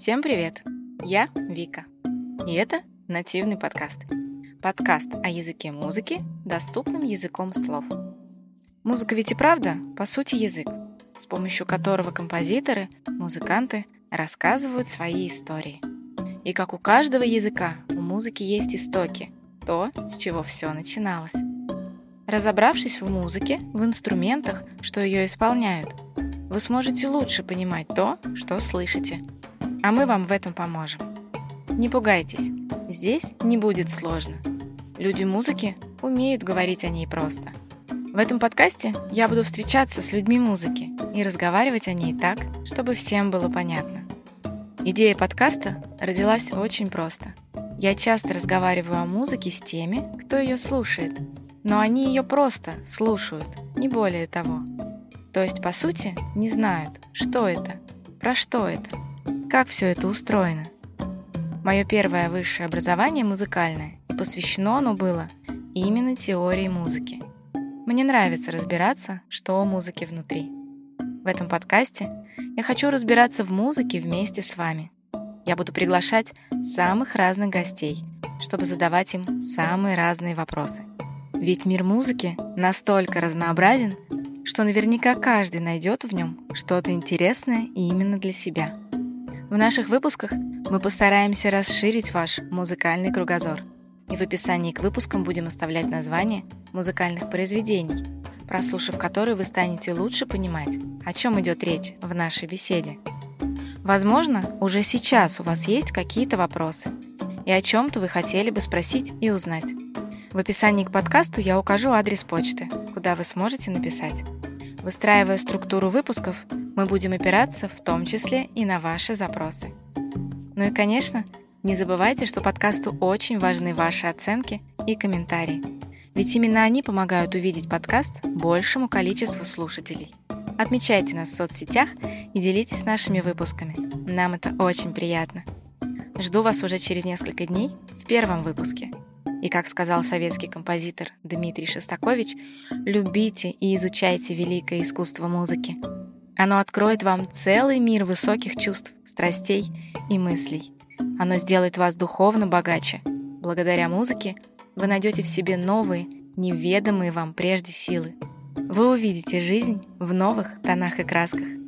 Всем привет! Я Вика, и это нативный подкаст. Подкаст о языке музыки, доступным языком слов. Музыка ведь и правда, по сути, язык, с помощью которого композиторы, музыканты рассказывают свои истории. И как у каждого языка, у музыки есть истоки, то, с чего все начиналось. Разобравшись в музыке, в инструментах, что ее исполняют, вы сможете лучше понимать то, что слышите. А мы вам в этом поможем. Не пугайтесь, здесь не будет сложно. Люди музыки умеют говорить о ней просто. В этом подкасте я буду встречаться с людьми музыки и разговаривать о ней так, чтобы всем было понятно. Идея подкаста родилась очень просто. Я часто разговариваю о музыке с теми, кто ее слушает, но они ее просто слушают, не более того. То есть, по сути, не знают, что это, про что это, как все это устроено. Мое первое высшее образование музыкальное, и посвящено оно было именно теории музыки. Мне нравится разбираться, что у музыки внутри. В этом подкасте я хочу разбираться в музыке вместе с вами. Я буду приглашать самых разных гостей, чтобы задавать им самые разные вопросы. Ведь мир музыки настолько разнообразен, что наверняка каждый найдет в нем что-то интересное именно для себя. В наших выпусках мы постараемся расширить ваш музыкальный кругозор. И в описании к выпускам будем оставлять названия музыкальных произведений, прослушав которые вы станете лучше понимать, о чем идет речь в нашей беседе. Возможно, уже сейчас у вас есть какие-то вопросы, и о чем-то вы хотели бы спросить и узнать. В описании к подкасту я укажу адрес почты, куда вы сможете написать. Выстраивая структуру выпусков, мы будем опираться в том числе и на ваши запросы. Ну и, конечно, не забывайте, что подкасту очень важны ваши оценки и комментарии, ведь именно они помогают увидеть подкаст большему количеству слушателей. Отмечайте нас в соцсетях и делитесь нашими выпусками. Нам это очень приятно. Жду вас уже через несколько дней в первом выпуске. И, как сказал советский композитор Дмитрий Шостакович, любите и изучайте великое искусство музыки. Оно откроет вам целый мир высоких чувств, страстей и мыслей. Оно сделает вас духовно богаче. Благодаря музыке вы найдете в себе новые, неведомые вам прежде силы. Вы увидите жизнь в новых тонах и красках.